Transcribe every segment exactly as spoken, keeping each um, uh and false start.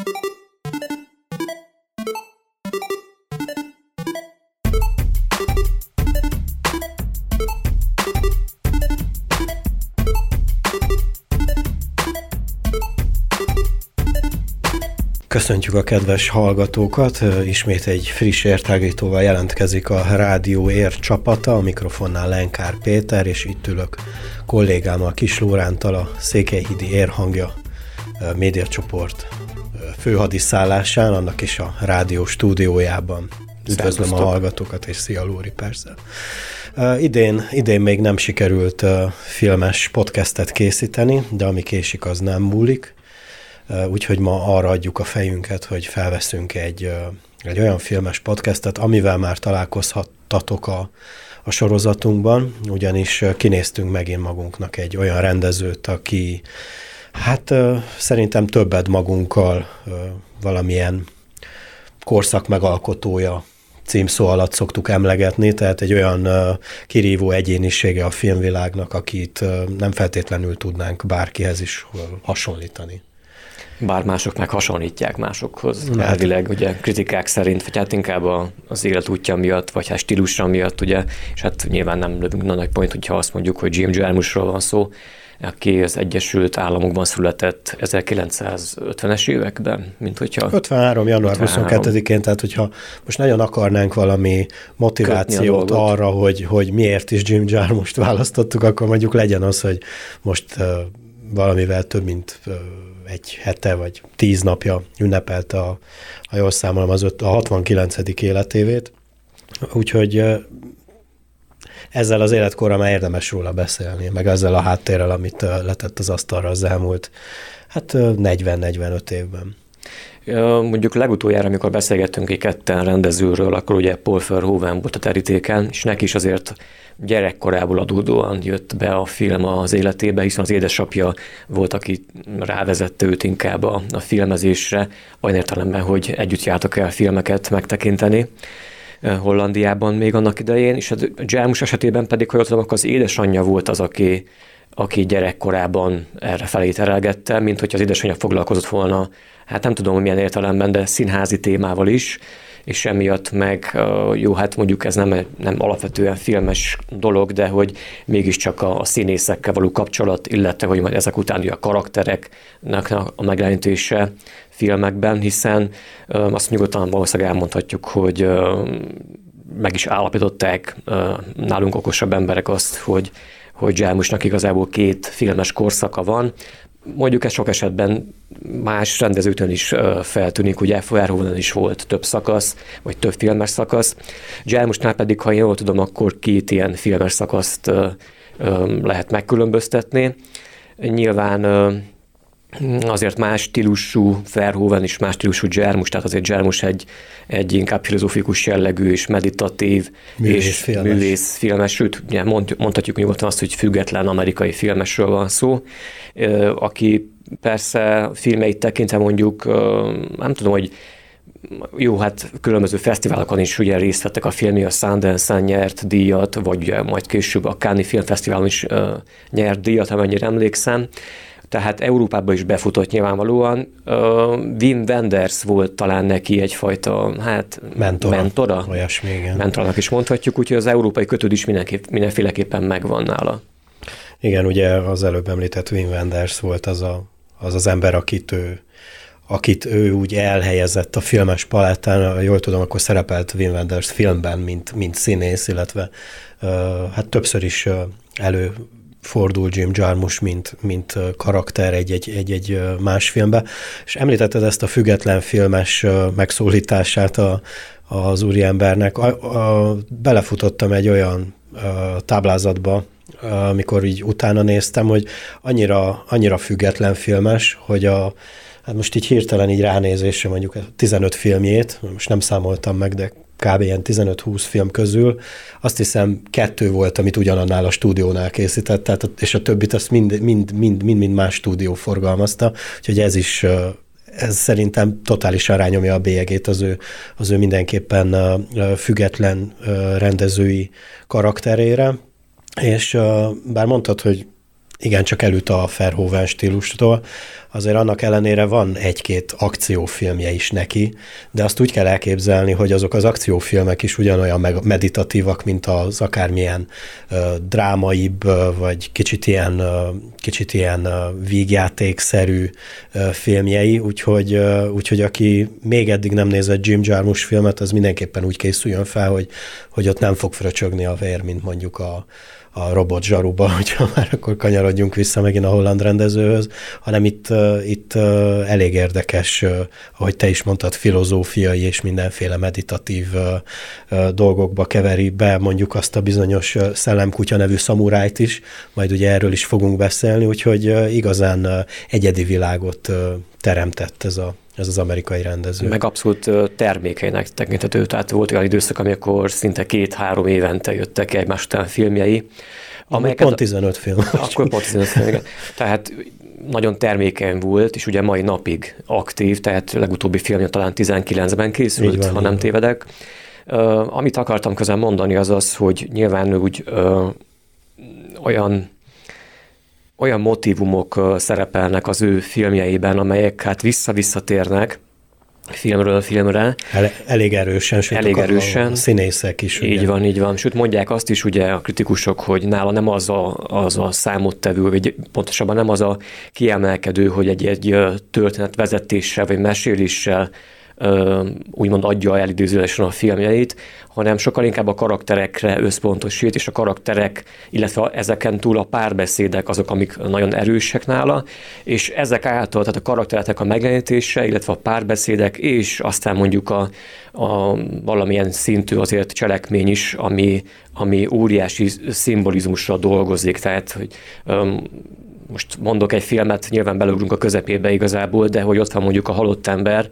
Köszöntjük a kedves hallgatókat, ismét egy friss értágítóval jelentkezik a Rádió Ér csapata, a mikrofonnál Lenkár Péter, és itt ülök kollégámmal, Kis Lóránttal, a Székelyhídi Érhangja médiacsoport főhadiszállásán, annak is a rádió stúdiójában. Üdvözlöm Szervusztok. A hallgatókat, és szia Lóri, persze. Uh, idén, idén még nem sikerült uh, filmes podcastet készíteni, de ami késik, az nem múlik. Uh, úgyhogy ma arra adjuk a fejünket, hogy felveszünk egy, uh, egy olyan filmes podcastet, amivel már találkozhattatok a, a sorozatunkban, ugyanis uh, kinéztünk megint magunknak egy olyan rendezőt, aki hát uh, szerintem többet magunkkal uh, valamilyen korszak megalkotója címszó alatt szoktuk emlegetni, tehát egy olyan uh, kirívó egyénisége a filmvilágnak, akit uh, nem feltétlenül tudnánk bárkihez is uh, hasonlítani. Bár mások meg hasonlítják másokhoz. Hát. Elvileg ugye kritikák szerint, vagy hát inkább az életútja miatt, vagy hát stílusra miatt, ugye, és hát nyilván nem lövünk nagy point, hogyha azt mondjuk, hogy Jim Jarmuschról van szó, aki az Egyesült Államokban született ezerkilencszázötvenes években, mint hogyha... ötvenhárom január huszonkettedikén, tehát hogyha most nagyon akarnánk valami motivációt arra, hogy, hogy miért is Jim Jarmuscht választottuk, akkor mondjuk legyen az, hogy most uh, valamivel több, mint uh, egy hete vagy tíz napja ünnepelte a, a jól számolom, az öt, a hatvankilencedik életévét. Úgyhogy uh, ezzel az életkorra már érdemes róla beszélni, meg ezzel a háttérrel, amit uh, letett az asztalra az elmúlt hát uh, negyven-negyvenöt évben. Mondjuk legutoljára, amikor beszélgettünk egy ketten rendezőről, akkor ugye Paul Verhoeven volt a terítéken, és neki is azért gyerekkorából adódóan jött be a film az életébe, hiszen az édesapja volt, aki rávezette őt inkább a, a filmezésre, olyan értelemben, hogy együtt jártak el filmeket megtekinteni Hollandiában még annak idején, és a Jarmusch esetében pedig, hogy ott tudom, akkor az édesanyja volt az, aki, aki gyerekkorában erre felé terelgette, mint hogy az édesanyja foglalkozott volna, hát nem tudom, milyen értelemben, de színházi témával is, és emiatt meg, jó, hát mondjuk ez nem, nem alapvetően filmes dolog, de hogy mégiscsak a, a színészekkel való kapcsolat, illetve hogy majd ezek után a karaktereknek a megjelenítése filmekben, hiszen azt nyugodtan valószínűleg elmondhatjuk, hogy meg is állapították nálunk okosabb emberek azt, hogy, hogy Jarmuschnak igazából két filmes korszaka van. Mondjuk ez sok esetben más rendezőtől is feltűnik, ugye Verhoeven is volt több szakasz, vagy több filmes szakasz. Jarmuschnál pedig, ha én jól tudom, akkor két ilyen filmes szakaszt lehet megkülönböztetni. Nyilván azért más stílusú Verhoeven és más stílusú Jarmusch, tehát azért Jarmusch egy, egy inkább filozófikus jellegű és meditatív művész és filmes. művész filmes, sőt, ugye mond, mondhatjuk nyugodtan azt, hogy független amerikai filmesről van szó, aki persze filmeit tekintve mondjuk, nem tudom, hogy jó, hát különböző fesztiválokon is ugye részt vettek a filmje, a Sundance-en nyert díjat, vagy ugye majd később a Cannes Filmfesztiválon is nyert díjat, amennyire emlékszem. Tehát Európában is befutott nyilvánvalóan. Uh, Wim Wenders volt talán neki egyfajta, hát mentora, mentora. Olyasmi, igen. Mentornak is mondhatjuk, úgyhogy az európai kötődés mindenféleképpen megvan nála. Igen, ugye az előbb említett Wim Wenders volt az a, az, az ember, akit ő, akit ő úgy elhelyezett a filmes palettán, jól tudom, akkor szerepelt Wim Wenders filmben, mint, mint színész, illetve uh, hát többször is uh, elő fordul Jim Jarmusch, mint, mint karakter egy-egy, egy-egy más filmbe. És említetted ezt a független filmes megszólítását a, az úriembernek. A, a, belefutottam egy olyan a, táblázatba, amikor így utána néztem, hogy annyira, annyira független filmes, hogy a, hát most így hirtelen így ránézésre mondjuk tizenöt filmjét, most nem számoltam meg, de kb. Ilyen tizenöt-húsz film közül, azt hiszem kettő volt, amit ugyanannál a stúdiónál készített, tehát, és a többit azt mind, mind, mind, mind, mind más stúdió forgalmazta, úgyhogy ez is, ez szerintem totálisan rányomja a bélyegét az ő, az ő mindenképpen független rendezői karakterére, és bár mondtad, hogy igen, csak elüt a Verhoeven stílustól, azért annak ellenére van egy-két akciófilmje is neki, de azt úgy kell elképzelni, hogy azok az akciófilmek is ugyanolyan meditatívak, mint az akármilyen uh, drámaibb, uh, vagy kicsit ilyen, uh, kicsit ilyen uh, vígjátékszerű uh, filmjei, úgyhogy, uh, úgyhogy aki még eddig nem nézett Jim Jarmusch filmet, az mindenképpen úgy készüljön fel, hogy, hogy ott nem fog fröcsögni a vér, mint mondjuk a a robot zsaruba, hogyha már akkor kanyarodjunk vissza megint a holland rendezőhöz, hanem itt, uh, itt uh, elég érdekes, uh, ahogy te is mondtad, filozófiai és mindenféle meditatív uh, uh, dolgokba keveri be mondjuk azt a bizonyos uh, Szellemkutya nevű szamurájt is, majd ugye erről is fogunk beszélni, úgyhogy uh, igazán uh, egyedi világot uh, teremtett ez a ez az amerikai rendező. Meg abszolút termékeinek tekinthető, tehát volt olyan időszak, amikor szinte két-három évente jöttek egymás után filmjei. Amelyeket pont tizenöt film. Akkor pont tizenöt film, igen. Tehát nagyon termékeny volt, és ugye mai napig aktív, tehát legutóbbi filmje talán tizenkilencben készült, van, ha nem tévedek. Uh, amit akartam közben mondani az az, hogy nyilván úgy uh, olyan olyan motívumok szerepelnek az ő filmjeiben, amelyek hát vissza-visszatérnek filmről filmre. El, elég erősen, sőt elég erősen. A színészek is. Így ugye. van, így van. Sőt, mondják azt is ugye a kritikusok, hogy nála nem az a, az a számottevő, vagy pontosabban nem az a kiemelkedő, hogy egy, egy történetvezetéssel, vagy meséléssel úgymond adja el idézőjelesen a filmjeit, hanem sokkal inkább a karakterekre összpontosít, és a karakterek, illetve ezeken túl a párbeszédek azok, amik nagyon erősek nála, és ezek által, tehát a karaktereknek a megjelenítése, illetve a párbeszédek, és aztán mondjuk a, a valamilyen szintű azért cselekmény is, ami, ami óriási szimbolizmusra dolgozik, tehát, hogy um, most mondok egy filmet, nyilván beleugrunk a közepébe igazából, de hogy ott van mondjuk a Halott ember,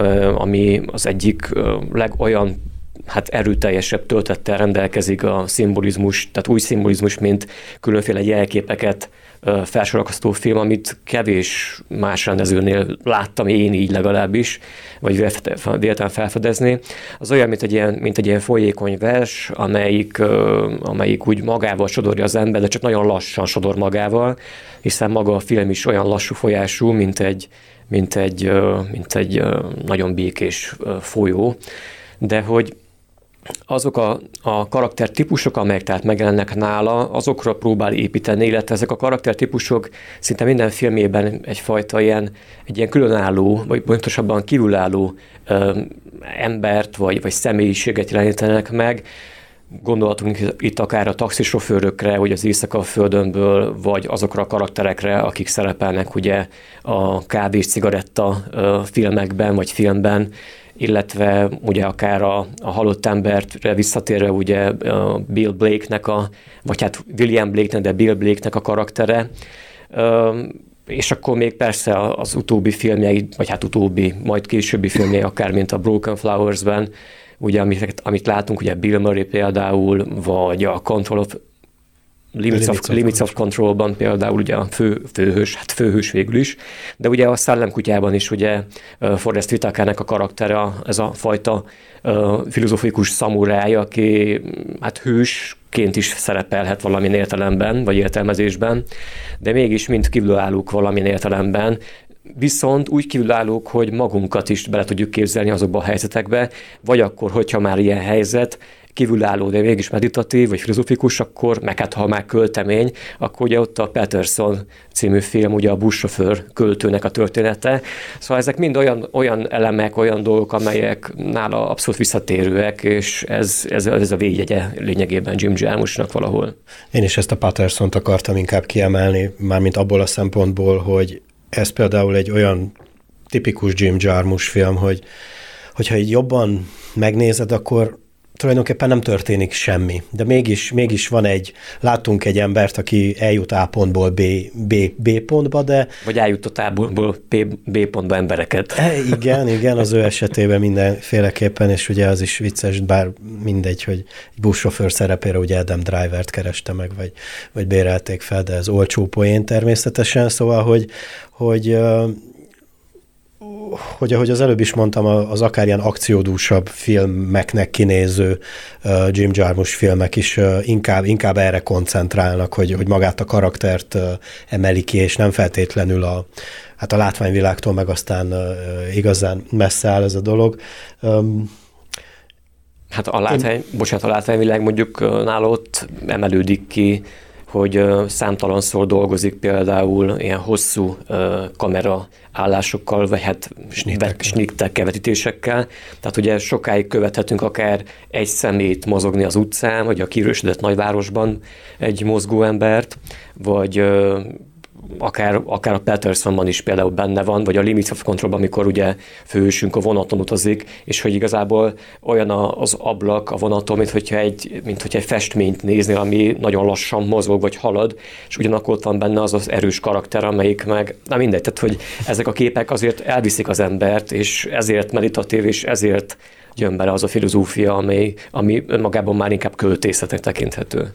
ami az egyik legolyan hát erőteljesebb töltettel rendelkezik a szimbolizmus, tehát új szimbolizmus, mint különféle jelképeket felsorakoztató film, amit kevés más rendezőnél láttam én így legalábbis, vagy véletlenül felfedezni. Az olyan, mint egy ilyen, mint egy ilyen folyékony vers, amelyik, amelyik úgy magával sodorja az ember, de csak nagyon lassan sodor magával, hiszen maga a film is olyan lassú folyású, mint egy, mint egy, mint egy nagyon békés folyó. De hogy azok a, a karaktertípusok, amelyek tehát megjelennek nála, azokra próbál építeni, illetve ezek a karaktertípusok szinte minden filmében egyfajta ilyen, egy ilyen különálló, vagy pontosabban kívülálló ö, embert, vagy, vagy személyiséget jelenítenek meg. Gondolhatunk itt akár a taxisofőrökre, hogy az Éjszaka a földönből, vagy azokra a karakterekre, akik szerepelnek ugye a kávés cigaretta ö, filmekben, vagy filmben, illetve ugye akár a, a Halott emberre visszatérve ugye a Bill Blake-nek a, vagy hát William Blake-nek, de Bill Blake-nek a karaktere, és akkor még persze az utóbbi filmjei, vagy hát utóbbi, majd későbbi filmjei, akár mint a Broken Flowers-ben, ugye amit, amit látunk, ugye Bill Murray például, vagy a Control of Limits, Limits, of, of, Limits of Control-ban például ugye a fő, főhős, hát főhős végül is, de ugye a Szellemkutyában is ugye Forrest Whitakernek a karaktere, ez a fajta uh, filozófikus szamuráj, aki hát hősként is szerepelhet valamilyen értelemben, vagy értelmezésben, de mégis mind kívülállók valamilyen értelemben, viszont úgy kívülállók, hogy magunkat is bele tudjuk képzelni azokba a helyzetekbe, vagy akkor, hogyha már ilyen helyzet, kívülálló, de mégis meditatív, vagy filozofikus, akkor, meg hát ha már költemény, akkor ugye ott a Patterson című film, ugye a buszsofőr költőnek a története. Szóval ezek mind olyan, olyan elemek, olyan dolgok, amelyek nála abszolút visszatérőek, és ez, ez, ez a végjegye lényegében Jim Jarmuschnak valahol. Én is ezt a Pattersont akartam inkább kiemelni, mármint abból a szempontból, hogy ez például egy olyan tipikus Jim Jarmusch film, hogy hogyha így jobban megnézed, akkor tulajdonképpen nem történik semmi, de mégis, mégis van egy, látunk egy embert, aki eljut A pontból B, B, B pontba, de... Vagy eljutott A pontból B pontba embereket. E, igen, igen, az ő esetében mindenféleképpen, és ugye az is vicces, bár mindegy, hogy egy buszsofőr szerepére ugye Adam Drivert kereste meg, vagy, vagy bérelték fel, de ez olcsó poén természetesen, szóval, hogy, hogy hogy ahogy az előbb is mondtam, az akár ilyen akciódúsabb filmeknek kinéző uh, Jim Jarmusch filmek is uh, inkább, inkább erre koncentrálnak, hogy, hogy magát a karaktert uh, emeli ki, és nem feltétlenül a, hát a látványvilágtól meg aztán uh, igazán messze áll ez a dolog. Um, hát a látvány, én... bocsánat, a látványvilág mondjuk nála ott emelődik ki, hogy számtalanszor dolgozik például ilyen hosszú kamera állásokkal, vagy hát snittekkel, vetítésekkel. Tehát ugye sokáig követhetünk akár egy szemét mozogni az utcán, vagy a kiürösödött nagyvárosban egy mozgó embert, vagy akár, akár a Pattersonban is például benne van, vagy a Limits of Controlban, amikor ugye főhősünk a vonaton utazik, és hogy igazából olyan az ablak a vonaton, mint hogyha egy, mint hogyha egy festményt néznél, ami nagyon lassan mozog, vagy halad, és ugyanakkor ott van benne az az erős karakter, amelyik meg, na mindegy, tehát hogy ezek a képek azért elviszik az embert, és ezért meditatív, és ezért jön bele az a filozófia, ami, ami önmagában már inkább költészetnek tekinthető.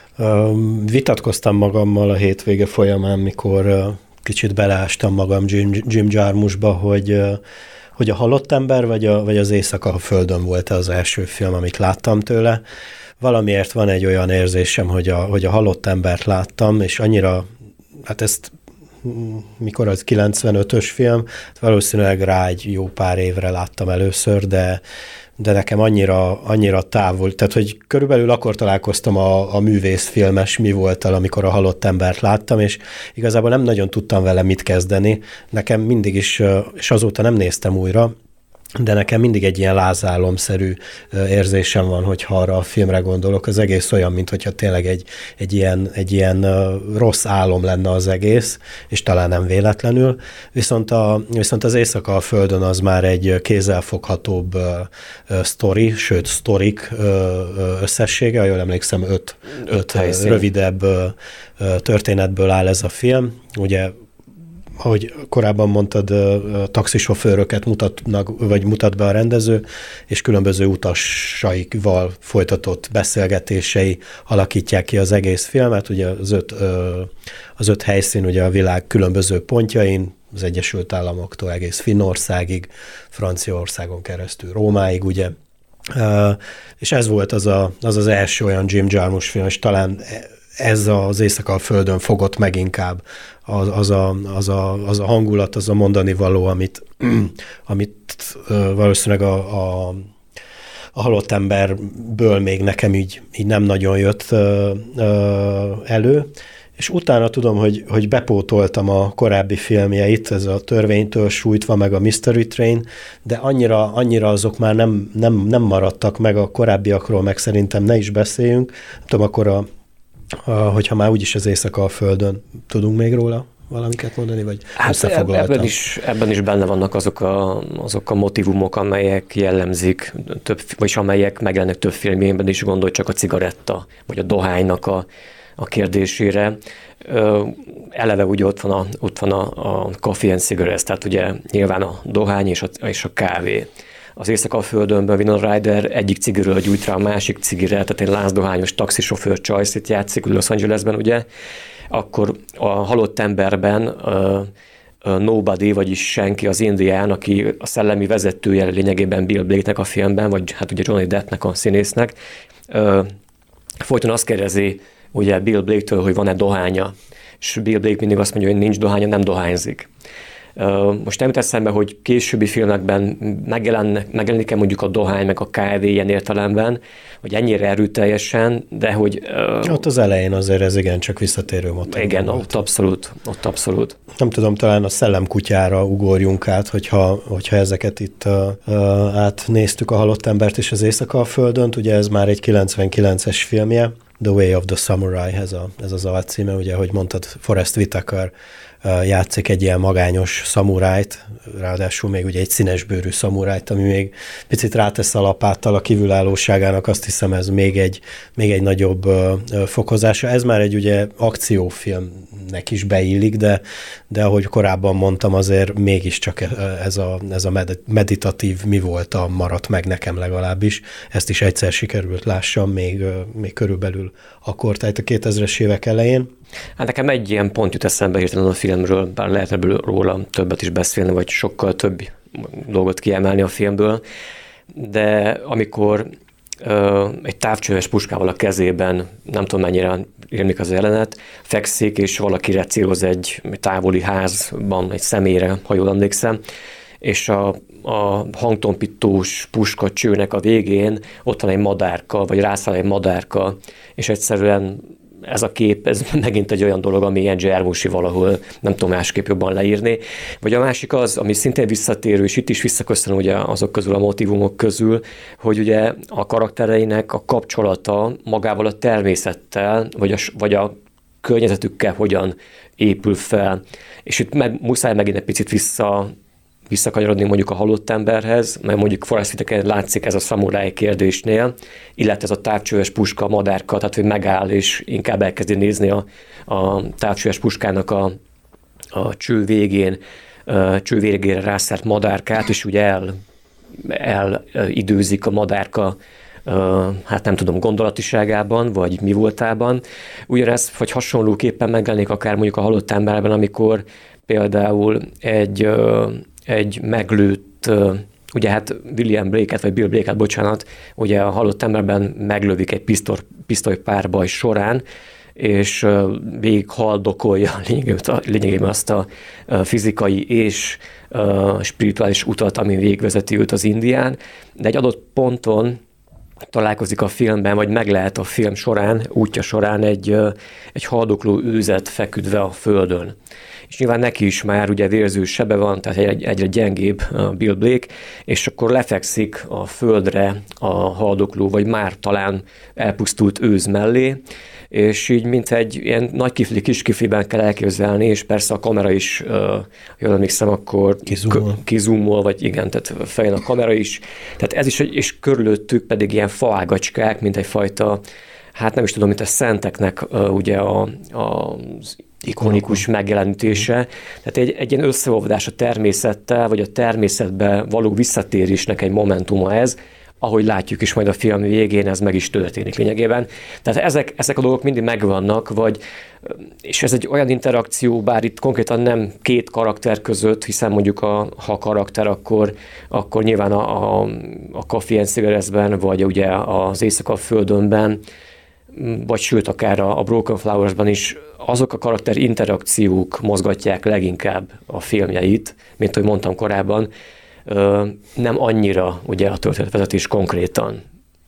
Vitatkoztam magammal a hétvége folyamán, mikor kicsit beleástam magam Jim, Jim Jarmuschba, hogy, hogy a Halott ember vagy, a, vagy az Éjszaka a földön volt az első film, amit láttam tőle. Valamiért van egy olyan érzésem, hogy a, hogy a Halott embert láttam, és annyira, hát ezt mikor az kilencvenötös film, valószínűleg rá egy jó pár évre láttam először, de de nekem annyira, annyira távol, tehát hogy körülbelül akkor találkoztam a, a művészfilmes mi voltal, amikor a Halott embert láttam, és igazából nem nagyon tudtam vele mit kezdeni. Nekem mindig is, és azóta nem néztem újra, de nekem mindig egy ilyen lázálomszerű érzésem van, hogyha arra a filmre gondolok. Az egész olyan, mintha tényleg egy, egy, ilyen, egy ilyen rossz álom lenne az egész, és talán nem véletlenül. Viszont, a, viszont az Éjszaka a földön az már egy kézzelfoghatóbb sztori, sőt sztorik összessége, jól emlékszem, öt, öt, öt rövidebb történetből áll ez a film. Ugye ahogy korábban mondtad, taxisofőröket mutatnak, vagy mutat be a rendező, és különböző utasaikval folytatott beszélgetései alakítják ki az egész filmet. Ugye az öt, az öt helyszín ugye a világ különböző pontjain, az Egyesült Államoktól egész Finnországig, Franciaországon keresztül Rómáig, ugye. És ez volt az a, az, az első olyan Jim Jarmusch film, és talán ez az Éjszaka a földön fogott meg inkább az, az, a, az, a, az a hangulat, az a mondani való, amit, amit valószínűleg a, a, a Halott emberből még nekem így, így nem nagyon jött elő. És utána tudom, hogy, hogy bepótoltam a korábbi filmjeit, ez a Törvénytől sújtva, meg a Mystery Train, de annyira, annyira azok már nem, nem, nem maradtak meg a korábbiakról, meg szerintem ne is beszéljünk. Nem tudom, akkor a hogyha már úgyis az Éjszaka a földön, tudunk még róla valamiket mondani, vagy hát összefoglaltam? Ebben is, ebben is benne vannak azok a, azok a motivumok, amelyek jellemzik, több, vagyis amelyek megjelennek több filmjében is, gondolj csak a cigaretta, vagy a dohánynak a, a kérdésére. Ö, eleve ugye ott van a, ott van a, a coffee and cigarettes, tehát ugye nyilván a dohány és a, és a kávé. Az Éjszaka a földönben Winona Ryder egyik cigiről gyújt rá a másik cigire, tehát egy lázdohányos taxisofőr Joyce-t játszik Los Angelesben, ugye, akkor a Halott emberben uh, uh, Nobody, vagyis senki az indián, aki a szellemi vezetője lényegében Bill Blake-nek a filmben, vagy hát ugye Johnny Deppnek a színésznek, uh, folyton azt kérdezi ugye Bill Blake-től, hogy van-e dohánya, és Bill Blake mindig azt mondja, hogy nincs dohánya, nem dohányzik. Most nem jut eszembe, hogy későbbi filmekben megjelenik-e mondjuk a dohány, meg a kávé ilyen értelemben, hogy ennyire erőteljesen, de hogy... Uh, ott az elején azért ez igen, csak visszatérő motor. Igen, volt. ott abszolút, ott abszolút. Nem tudom, talán a Szellemkutyára ugorjunk át, hogyha, hogyha ezeket itt uh, uh, átnéztük, a Halott embert és az Éjszaka a földön, ugye ez már egy kilencvenkilences filmje, The Way of the Samurai, ez, a, ez az alcíme, ugye, ahogy mondtad, Forest Whitaker játszik egy ilyen magányos szamurájt, ráadásul még ugye egy színesbőrű szamurájt, ami még picit rátesz a lapáttal a kívülállóságának, azt hiszem ez még egy, még egy nagyobb fokozása. Ez már egy ugye akciófilmnek is beillik, de, de ahogy korábban mondtam, azért mégiscsak ez a, ez a meditatív mi volt a maradt meg nekem legalábbis. Ezt is egyszer sikerült lássam, még, még körülbelül körül akkor, tehát a kétezres évek elején. Hát nekem egy ilyen pont jut eszembe hirtelen a filmről, bár lehet ebből róla többet is beszélni, vagy sokkal több dolgot kiemelni a filmből, de amikor ö, egy távcsöves puskával a kezében, nem tudom mennyire érnik az jelenet, fekszik, és valakire céloz egy távoli házban, egy személyre, ha jól emlékszem, és a, a hangtompítós puska csőnek a végén ott van egy madárka, vagy rászáll egy madárka, és egyszerűen ez a kép, ez megint egy olyan dolog, ami ilyen Jarmusi valahol, nem tudom másképp jobban leírni. Vagy a másik az, ami szintén visszatérő, és itt is visszaköszönöm ugye azok közül, a motivumok közül, hogy ugye a karaktereinek a kapcsolata magával a természettel, vagy a, vagy a környezetükkel hogyan épül fel. És itt meg, muszáj megint egy picit vissza visszakanyarodni mondjuk a halott emberhez, mert mondjuk Forrest Whitakeren látszik ez a szamuráj kérdésnél, illetve ez a távcsöves puska, a madárka, tehát hogy megáll, és inkább elkezdi nézni a, a távcsöves puskának a, a cső végén, a cső végére rászárt madárkát, és ugye el, elidőzik a madárka, hát nem tudom, gondolatiságában, vagy mi voltában. Ugyanez, vagy hasonlóképpen megjelenik akár mondjuk a halott emberben, amikor például egy egy meglőtt, ugye hát William Blake-et, vagy Bill Blake-et, bocsánat, ugye a halott emberben meglövik egy pisztoly, pisztolypárbaj során, és végig haldokolja lényegében azt a fizikai és spirituális utat, ami végigvezeti őt az Indián, de egy adott ponton találkozik a filmben, vagy meg lehet a film során, útja során egy, egy haldokló őzet feküdve a földön. És nyilván neki is már ugye vérző sebe van, tehát egy, egyre gyengébb Bill Blake, és akkor lefekszik a földre a haldokló, vagy már talán elpusztult őz mellé, és így mint egy ilyen nagy kifli, kis kifliben kell elképzelni, és persze a kamera is, uh, jól emlékszem, akkor kizumol. kizumol, vagy igen, tehát fején a kamera is. Tehát ez is, és körülöttük pedig ilyen faágacskák, mint egyfajta, hát nem is tudom, mint a szenteknek uh, ugye a, a ikonikus megjelenítése. Tehát egy, egy ilyen összeolvadás a természettel, vagy a természetbe való visszatérésnek egy momentuma ez, ahogy látjuk is majd a film végén, ez meg is történik lényegében. Tehát ezek, ezek a dolgok mindig megvannak, vagy, és ez egy olyan interakció, bár itt konkrétan nem két karakter között, hiszen mondjuk a, ha a karakter, akkor, akkor nyilván a, a, a Coffee and Cigarettes-ben, vagy ugye az Éjszaka a Földönben, vagy sőt, akár a Broken Flowers-ban is azok a karakter interakciók mozgatják leginkább a filmjeit, mint ahogy mondtam korábban, nem annyira ugye a történetvezetés konkrétan.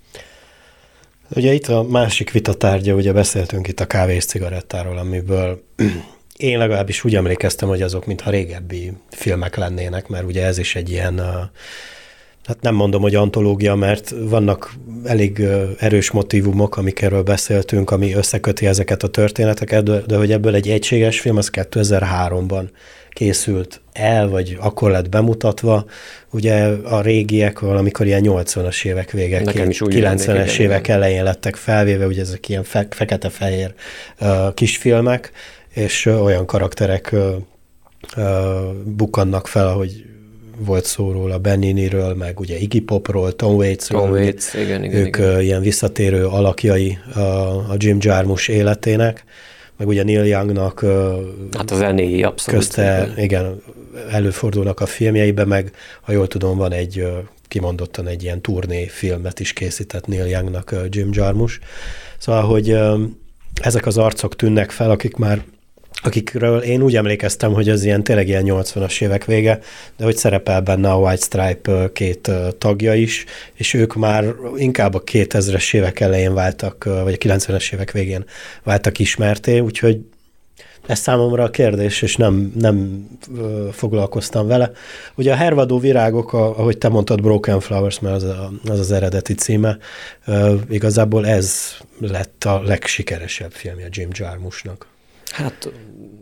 Ugye itt a másik vitatárgya, ugye beszéltünk itt a kávé és cigarettáról, amiből én legalábbis úgy emlékeztem, hogy azok mintha régebbi filmek lennének, mert ugye ez is egy ilyen, hát nem mondom, hogy antológia, mert vannak elég erős motívumok, amikről beszéltünk, ami összeköti ezeket a történeteket, de, de hogy ebből egy egységes film, az kétezer-háromban készült el, vagy akkor lett bemutatva. Ugye a régiek valamikor ilyen nyolcvanas évek vége, kilencvenes évek igen. elején lettek felvéve, ugye ezek ilyen fe, fekete-fehér uh, kisfilmek, és uh, olyan karakterek uh, uh, bukannak fel, ahogy volt szó róla, Beniniről, meg ugye Iggy Popról, Tom Waitsről. Tom Waits, igen, igen, ők igen. ilyen visszatérő alakjai a, a Jim Jarmusch életének, meg ugye Neil Youngnak hát a zenéi abszolút. Közte, igen. igen, előfordulnak a filmjeibe, meg ha jól tudom, van egy kimondottan egy ilyen turné filmet is készített Neil Youngnak Jim Jarmusch. Szóval, hogy ezek az arcok tűnnek fel, akik már akikről én úgy emlékeztem, hogy az ilyen tényleg ilyen nyolcvanas évek vége, de hogy szerepel benne a White Stripe két tagja is, és ők már inkább a kétezres évek elején váltak, vagy a kilencvenes évek végén váltak ismerté, úgyhogy ez számomra a kérdés, és nem, nem foglalkoztam vele. Ugye a Hervadó virágok, ahogy te mondtad, Broken Flowers, mert az a, az, az eredeti címe, igazából ez lett a legsikeresebb filmje Jim Jarmuschnak. Hát,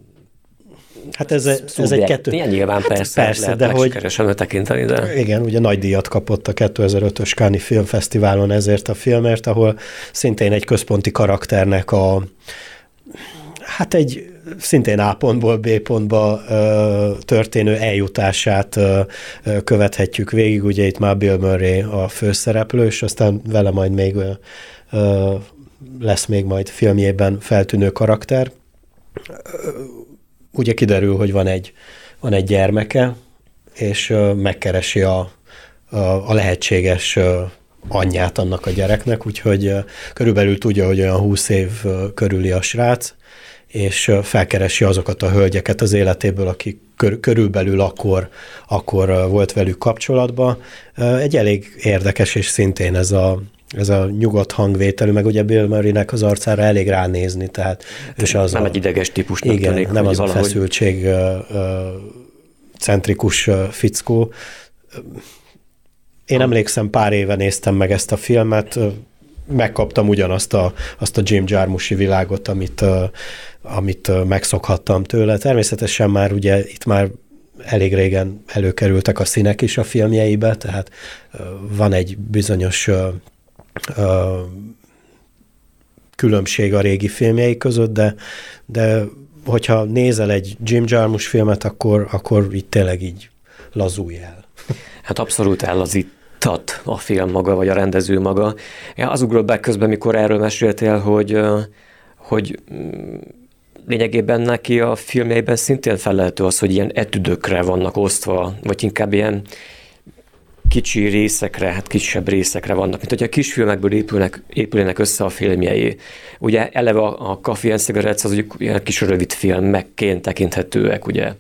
hát ez, ez egy kettő... Ilyen nyilván hát persze, persze lehet de hogy tekinteni, de... Igen, ugye nagy díjat kapott a kétezer-ötös Cannes Filmfesztiválon ezért a filmért, ahol szintén egy központi karakternek a... Hát egy szintén A pontból B pontba ö, történő eljutását ö, ö, követhetjük végig. Ugye itt már Bill Murray a főszereplő, és aztán vele majd még... Ö, lesz még majd filmjében feltűnő karakter. Ugye kiderül, hogy van egy, van egy gyermeke, és megkeresi a, a, a lehetséges anyját annak a gyereknek, úgyhogy körülbelül tudja, hogy olyan húsz év körüli a srác, és felkeresi azokat a hölgyeket az életéből, akik kör, körülbelül akkor, akkor volt velük kapcsolatban. Egy elég érdekes, és szintén ez a, ez a nyugodt hangvételű, meg ugye Bill Murraynek az arcára elég ránézni, tehát és az nem a, egy ideges típusnak igen, tűnik, nem az valahogy... a feszültség uh, uh, centrikus uh, fickó. Én emlékszem, pár éve néztem meg ezt a filmet, megkaptam ugyanazt a, azt a Jim Jarmusch-i világot, amit, uh, amit uh, megszokhattam tőle. Természetesen már ugye itt már elég régen előkerültek a színek is a filmjeibe, tehát uh, van egy bizonyos uh, uh, különbség a régi filmjei között, de, de hogyha nézel egy Jim Jarmusch filmet, akkor, akkor itt tényleg így lazulj el. Hát abszolút ellazítat a film maga, vagy a rendező maga. Ja, az ugrott be közben, mikor erről meséltél, hogy, hogy lényegében neki a filmjeiben szintén felelhető az, hogy ilyen etüdökre vannak osztva, vagy inkább ilyen kicsi részekre, hát kisebb részekre vannak, mint hogy a kisfilmekből épülnek, épülnek össze a filmjei. Ugye eleve a, a Coffee and Cigarettes az ilyen kis rövid filmekként tekinthetőek, ugye.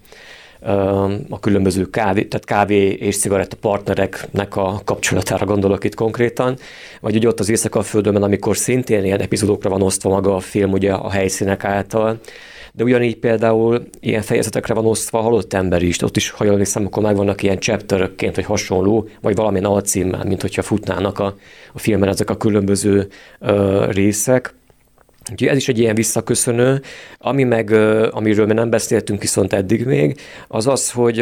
A különböző kávé, tehát kávé és cigaretta partnereknek a kapcsolatára gondolok itt konkrétan, vagy ugye ott az Éjszaka-földön, amikor szintén ilyen epizódokra van osztva maga a film, ugye a helyszínek által, de ugyanígy például ilyen fejezetekre van osztva a Halott ember is, ott is, ha jól hiszem, akkor megvannak ilyen chapterökként, vagy hasonló, vagy valamilyen alcímmel, mint hogyha futnának a, a filmen ezek a különböző uh, részek. Úgyhogy ez is egy ilyen visszaköszönő, ami meg, amiről mi nem beszéltünk viszont eddig még, az az, hogy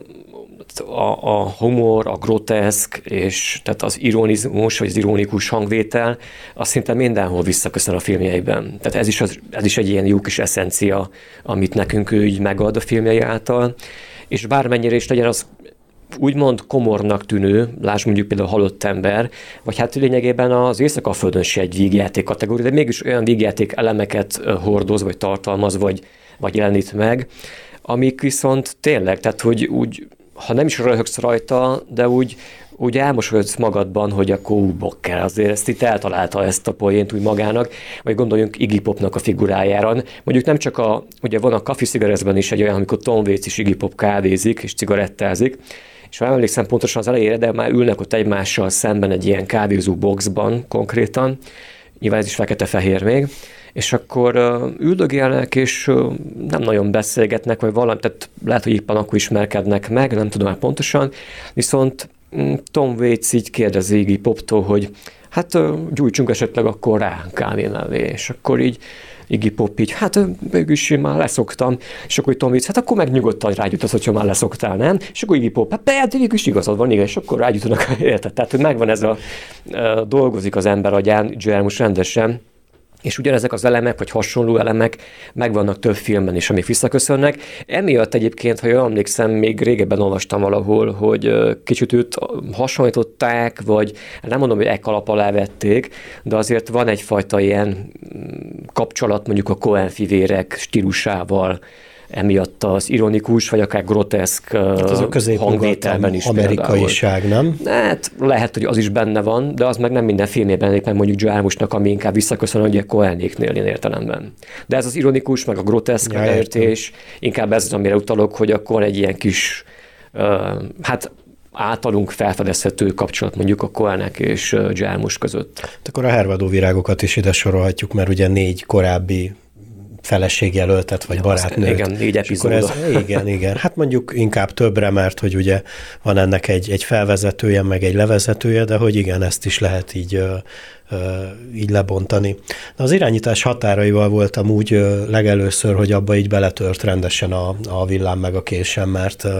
a, a humor, a groteszk, és tehát az ironizmus, vagy az ironikus hangvétel, az szinte mindenhol visszaköszön a filmjeiben. Tehát ez is, az, ez is egy ilyen jó kis eszencia, amit nekünk ő így megad a filmjei által, és bármennyire is legyen az úgymond komornak tűnő, lásd mondjuk például a Halott ember, vagy hát lényegében az Éjszaka-földön se egy vígjáték kategória, de mégis olyan vígjáték elemeket hordoz, vagy tartalmaz, vagy, vagy jelenít meg, amik viszont tényleg, tehát hogy úgy, ha nem is röhögsz rajta, de úgy, úgy elmosolyodsz magadban, hogy akkor ú, bokker, azért ezt itt eltalálta ezt a poént úgy magának, vagy gondoljunk Iggy Popnak a figurájára. Mondjuk nem csak a, ugye van a Coffee Cigarettes-ben is egy olyan, amikor Tom Waits és Iggy Pop kávézik és cigarettázik, és már emlékszem pontosan az elejére, de már ülnek ott egymással szemben egy ilyen kávézó boxban konkrétan, nyilván ez is fekete-fehér még, és akkor uh, üldögélnek, és uh, nem nagyon beszélgetnek, vagy valami, tehát lehet, hogy éppen akkor ismerkednek meg, nem tudom már pontosan, viszont um, Tom Waits így kérdezi Iggy Poptól, hogy hát uh, gyújtsunk esetleg akkor rá kávé mellé, és akkor így Iggy Pop így, hát mégis én már leszoktam, és akkor Tom Waits, hát akkor meg nyugodtan rágyújtasz, hogyha már leszoktál, nem? És akkor Iggy Pop, hát persze, mégis igazad van, igen, és akkor rágyújtanak, érted? Tehát, hogy megvan ez a, a dolgozik az ember agyán, Jarmusch rendesen, és ugyanezek az elemek, vagy hasonló elemek megvannak több filmben is, amik visszaköszönnek. Emiatt egyébként, ha jól emlékszem, még régebben olvastam valahol, hogy kicsit őt hasonlították, vagy nem mondom, hogy egy kalap alá vették, de azért van egyfajta ilyen kapcsolat mondjuk a Coen fivérek stílusával, emiatt az ironikus, vagy akár groteszk hát hangvételben is. Amerikaiság, nem? Hát lehet, hogy az is benne van, de az meg nem minden filmében lép meg mondjuk Jarmuschnak, ami inkább visszaköszön, ugye Coenéknél ilyen értelemben. De ez az ironikus, meg a groteszk ja, megértés, inkább ez az, amire utalok, hogy akkor egy ilyen kis, uh, hát általunk felfedezhető kapcsolat mondjuk a Coenek és Jarmusch között. Hát akkor a Hervadó virágokat is ide sorolhatjuk, mert ugye négy korábbi feleségjelöltet, vagy ja, barátnőt. Igen, négy epizóda. Igen, igen. Hát mondjuk inkább többre, mert hogy ugye van ennek egy, egy felvezetője, meg egy levezetője, de hogy igen, ezt is lehet így, ö, ö, így lebontani. Na, az irányítás határaival voltam úgy ö, legelőször, hogy abba így beletört rendesen a, a villám meg a késem, mert ö,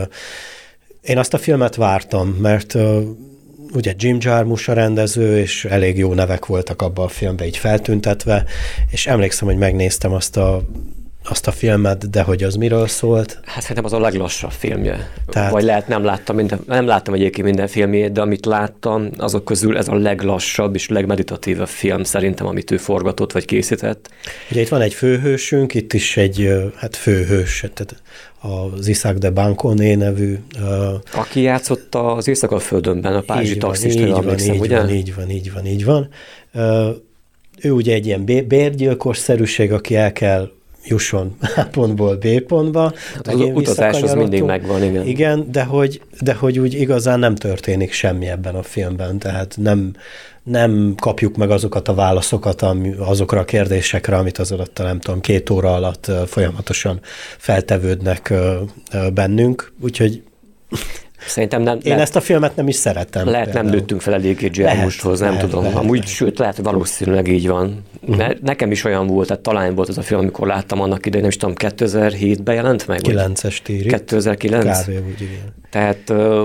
én azt a filmet vártam, mert ö, ugye Jim Jarmusch a rendező, és elég jó nevek voltak abban a filmben így feltüntetve, és emlékszem, hogy megnéztem azt a, azt a filmet, de hogy az miről szólt? Hát szerintem az a leglassabb filmje. Tehát... Vagy lehet nem láttam, minden, nem láttam egyébként minden filmjét, de amit láttam, azok közül ez a leglassabb és legmeditatívabb film szerintem, amit ő forgatott vagy készített. Ugye itt van egy főhősünk, itt is egy hát főhős, tehát az Isaac de Banconé nevű. Uh, Aki játszott az Éjszaka-földönben, a párizsi taxistára, emlékszem, így ugye? Van, így van, így van, így van. Uh, ő ugye egy ilyen bérgyilkos szerűség, aki el kell jusson A pontból B pontba. Hát az utazás az mindig megvan, igen. Igen, de hogy, de hogy úgy igazán nem történik semmi ebben a filmben, tehát nem, nem kapjuk meg azokat a válaszokat ami, azokra a kérdésekre, amit az alatt, nem tudom, két óra alatt folyamatosan feltevődnek bennünk, úgyhogy Szerintem nem. Én lehet, ezt a filmet nem is szeretem. Lehet például. Nem lőttünk fel eléggé Jarmuschhoz, nem lehet, tudom. Lehet, Amúgy, lehet. Sőt, lehet, valószínűleg így van. Uh-huh. Nekem is olyan volt, tehát talán volt az a film, amikor láttam annak idején, nem is tudom, kétezer-hétben jelent meg? kilences tíri. kétezer-kilenc Kávé, úgy igen. Tehát uh,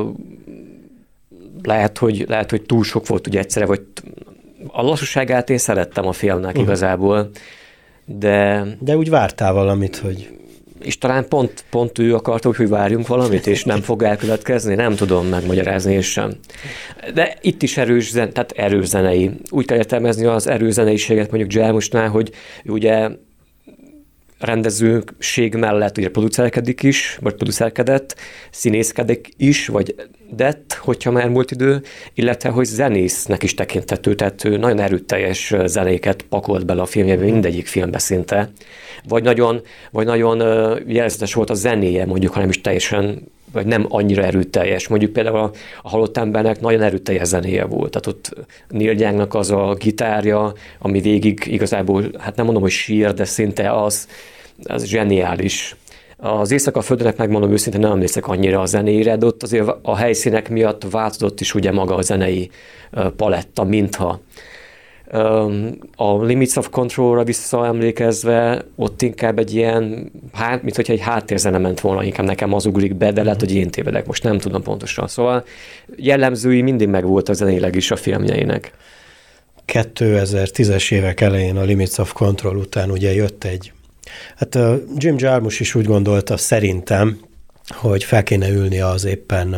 lehet, hogy, lehet, hogy túl sok volt ugye egyszerre, vagy a lassúságát én szerettem a filmnek uh-huh. igazából, de... De úgy vártál valamit, hogy... És talán pont, pont ő akarta, hogy várjunk valamit, és nem fog elkövetkezni, nem tudom megmagyarázni és sem. De itt is erős, zen, tehát erős zenei. Úgy kell értelmezni az erős zeneiséget mondjuk Jarmuschnál, hogy ugye rendezőség mellett ugye producerkedik is, vagy producerkedett, színészkedik is, vagy dett, hogyha már múlt idő, illetve hogy zenésznek is tekintető, tehát ő nagyon erőteljes zenéket pakolt bele a filmjébe, mindegyik filmbe szinte. Vagy nagyon, vagy nagyon jelzetes volt a zenéje, mondjuk, hanem is teljesen, vagy nem annyira erőteljes. Mondjuk például a, a Halott embernek nagyon erőteljes zenéje volt. Tehát ott Neil Youngnak az a gitárja, ami végig igazából, hát nem mondom, hogy sír, de szinte az, az zseniális. Az Éjszaka-földönnek megmondom őszintén, nem emlékszek annyira a zenére, de ott azért a helyszínek miatt változott is ugye maga a zenei paletta, mintha. A Limits of Control-ra visszaemlékezve, ott inkább egy ilyen, hát, mint hogyha egy háttérzene ment volna, inkább nekem az ugrik be, de lehet, hogy én tévedek, most nem tudom pontosan. Szóval jellemzői mindig megvolt a zenéleg is a filmjeinek. kétezer-tízes évek elején a Limits of Control után ugye jött egy, hát Jim Jarmusch is úgy gondolta szerintem, hogy fel kéne ülni az éppen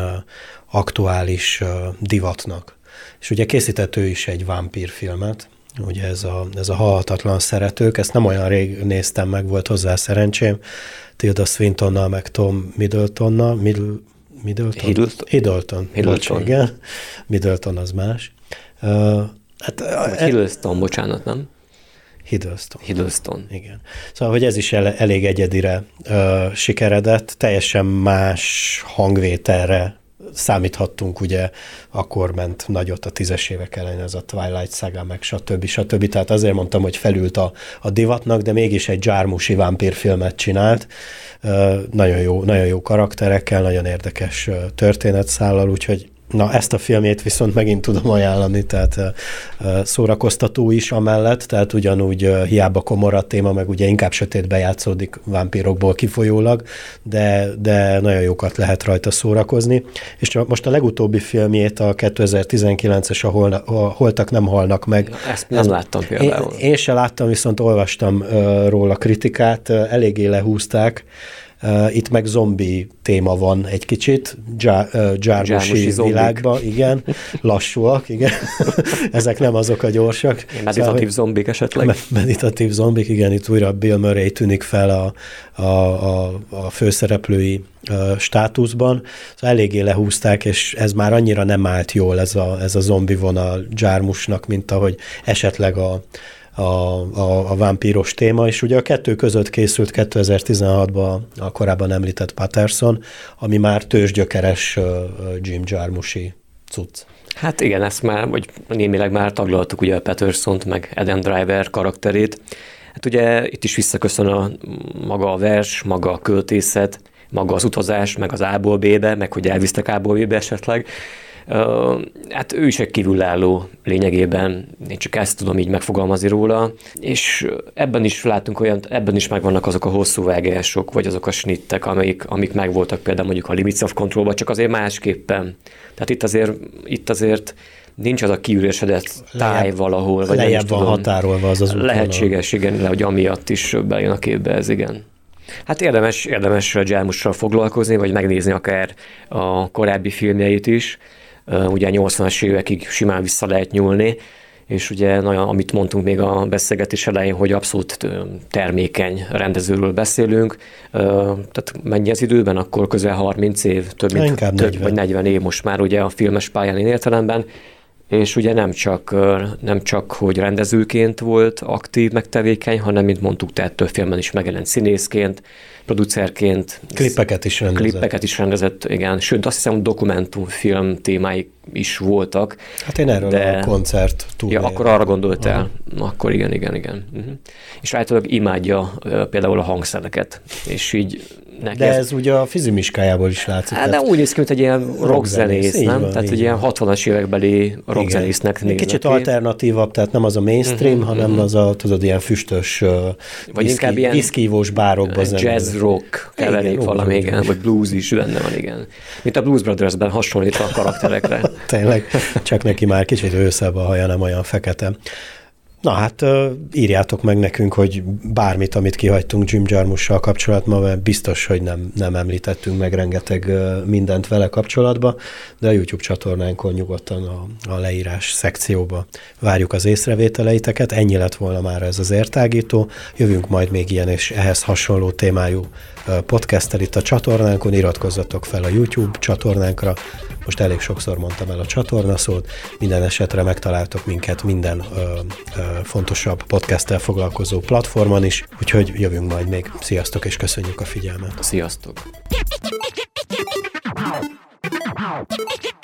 aktuális divatnak. És ugye készített ő is egy vámpírfilmet, ugye ez a, ez a Halhatatlan szeretők, ezt nem olyan rég néztem meg, volt hozzá szerencsém, Tilda Swintonnal, meg Tom Middletonnal, Middle, Middleton? Hiddleton. Hiddleton. Hiddleton. Igen. Middleton az más. Uh, hát, Hiddleston, bocsánat, nem? Hiddleston. Hiddleston. Igen. Szóval, hogy ez is el, elég egyedire uh, sikeredett, teljesen más hangvételre számíthattunk, ugye akkor ment nagyot a tízes évek elején ez a Twilight Saga, meg stb. stb. Tehát azért mondtam, hogy felült a, a divatnak, de mégis egy Jarmuschi vámpírfilmet csinált. Uh, nagyon jó, nagyon jó karakterekkel, nagyon érdekes uh, történetszállal, úgyhogy na, ezt a filmét viszont megint tudom ajánlani, tehát uh, szórakoztató is amellett, tehát ugyanúgy uh, hiába komor a téma, meg ugye inkább sötétbe játszódik vámpírokból kifolyólag, de, de nagyon jókat lehet rajta szórakozni. És most a legutóbbi filmjét, a kétezer-tizenkilences, a, Hol, a Holtak nem halnak meg. Na, ezt nem ezt, láttam például. Én, én se láttam, viszont olvastam uh, róla kritikát, uh, eléggé lehúzták. Uh, itt meg zombi téma van egy kicsit, Jarmuschi világban, igen, lassúak, igen, ezek nem azok a gyorsak. Meditatív szóval, zombik esetleg. Meditatív zombik, igen, itt újra Bill Murray tűnik fel a, a, a, a főszereplői uh, státuszban, szóval eléggé lehúzták, és ez már annyira nem állt jól ez a, ez a zombi vonal Jarmuschnak, mint ahogy esetleg a A, a, a vámpíros téma, és ugye a kettő között készült kétezer-tizenhatban a korábban említett Patterson, ami már tőzsgyökeres uh, Jim Jarmuschi cucc. Hát igen, ezt már, vagy némileg már taglaltuk ugye a Pattersont, meg Adam Driver karakterét. Hát ugye itt is visszaköszön a maga a vers, maga a költészet, maga az utazás, meg az A-ból B-be, meg hogy elvisztek A-ból B-be esetleg. Uh, hát ő is egy kívülálló lényegében, én csak ezt tudom így megfogalmazni róla, és ebben is látunk olyan, ebben is megvannak azok a hosszú vágások, vagy azok a snittek, amik, amik megvoltak például mondjuk a Limits of Controlban, csak azért másképpen. Tehát itt azért, itt azért nincs az a kiüresedett táj lejjebb, valahol, vagy lejjebb van határolva az az útvonal. Lehetséges, igen, hogy amiatt is bejön a képbe ez, igen. Hát érdemes, érdemes Jarmussal foglalkozni, vagy megnézni akár a korábbi filmjeit is. Ugye nyolcvanas évekig simán vissza lehet nyúlni, és ugye nagyon, amit mondtunk még a beszélgetés elején, hogy abszolút termékeny rendezőről beszélünk. Tehát mennyi az időben? Akkor közel harminc év, több mint Inkább több, negyven. vagy negyven év most már ugye a filmes pályán értelemben. És ugye nem csak, nem csak, hogy rendezőként volt aktív, meg tevékeny, hanem, mint mondtuk, tehát több filmben is megjelent színészként, producerként. Klippeket is rendezett. Klippeket is rendezett, igen. Sőt, azt hiszem, dokumentumfilm témái is voltak. Hát én erről de... a koncert túl. Ja, akkor arra gondoltál. Aha. Akkor igen, igen, igen. Uh-huh. És általában imádja uh, például a hangszereket. És így neki de ez, ez ugye a fizimiskájából is látszik. Hát, de úgy néz ki, mint egy ilyen rockzenész, nem? Van, tehát egy ilyen hatvanas évekbeli rockzenésznek néznek kicsit ki. alternatívabb, tehát nem az a mainstream, uh-huh, hanem uh-huh. az a, tudod, ilyen füstös uh, vagy inkább ilyen viszkívós bárokba zenélő. Jazz rock keverék valami, igen, vagy blues is benne van, igen. Mint a Blues Brothersben hasonlítva a karakterekre. Tényleg, csak neki már kicsit őszebb a haja, nem olyan fekete. Na hát írjátok meg nekünk, hogy bármit, amit kihagytunk Jim Jarmussal kapcsolatban, mert biztos, hogy nem, nem említettünk meg rengeteg mindent vele kapcsolatban, de a YouTube csatornánkon nyugodtan a, a leírás szekcióba várjuk az észrevételeiteket. Ennyi lett volna már ez az értágító. Jövünk majd még ilyen és ehhez hasonló témájú podcasttel itt a csatornánkon. Iratkozzatok fel a YouTube csatornánkra. Most elég sokszor mondtam el a csatorna szót, minden esetre megtaláltok minket minden ö, ö, fontosabb podcasttel foglalkozó platformon is, úgyhogy jövünk majd még. Sziasztok, és köszönjük a figyelmet! Sziasztok!